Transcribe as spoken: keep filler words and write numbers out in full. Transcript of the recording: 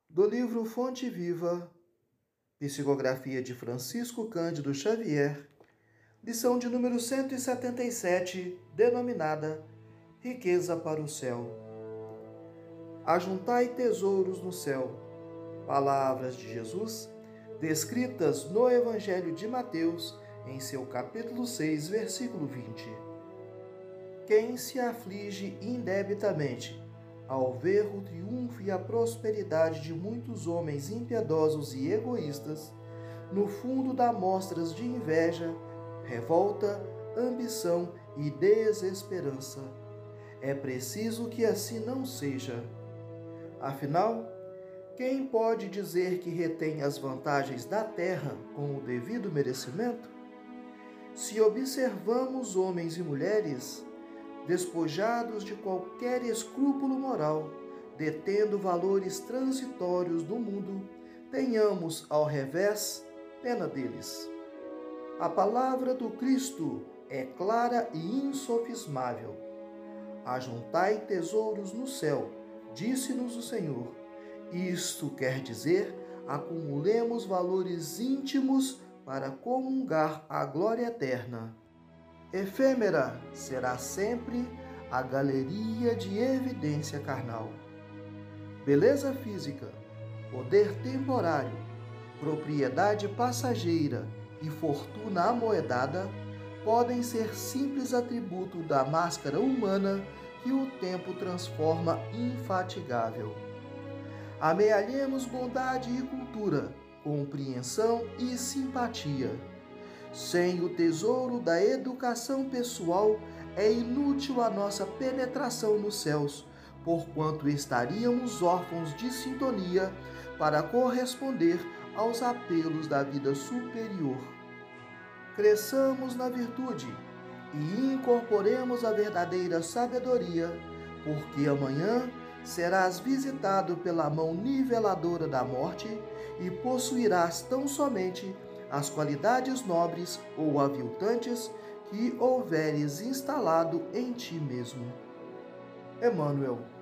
Do livro Fonte Viva, psicografia de Francisco Cândido Xavier, lição de número cento e setenta e sete, denominada Riqueza para o Céu. Ajuntai tesouros no céu. Palavras de Jesus, descritas no Evangelho de Mateus, em seu capítulo seis, versículo vinte. Quem se aflige indebitamente ao ver o triunfo e a prosperidade de muitos homens impiedosos e egoístas, no fundo dá mostras de inveja, revolta, ambição e desesperança. É preciso que assim não seja. Afinal, quem pode dizer que retém as vantagens da terra com o devido merecimento? Se observamos homens e mulheres despojados de qualquer escrúpulo moral, detendo valores transitórios do mundo, tenhamos, ao revés, pena deles. A palavra do Cristo é clara e insofismável. Ajuntai tesouros no céu, disse-nos o Senhor. Isto quer dizer, acumulemos valores íntimos para comungar a glória eterna. Efêmera será sempre a galeria de evidência carnal. Beleza física, poder temporário, propriedade passageira e fortuna amoedada podem ser simples atributo da máscara humana que o tempo transforma infatigável. Amealhemos bondade e cultura, compreensão e simpatia. Sem o tesouro da educação pessoal, é inútil a nossa penetração nos céus, porquanto estaríamos órfãos de sintonia para corresponder aos apelos da vida superior. Cresçamos na virtude e incorporemos a verdadeira sabedoria, porque amanhã serás visitado pela mão niveladora da morte e possuirás tão somente as qualidades nobres ou aviltantes que houveres instalado em ti mesmo. Emmanuel.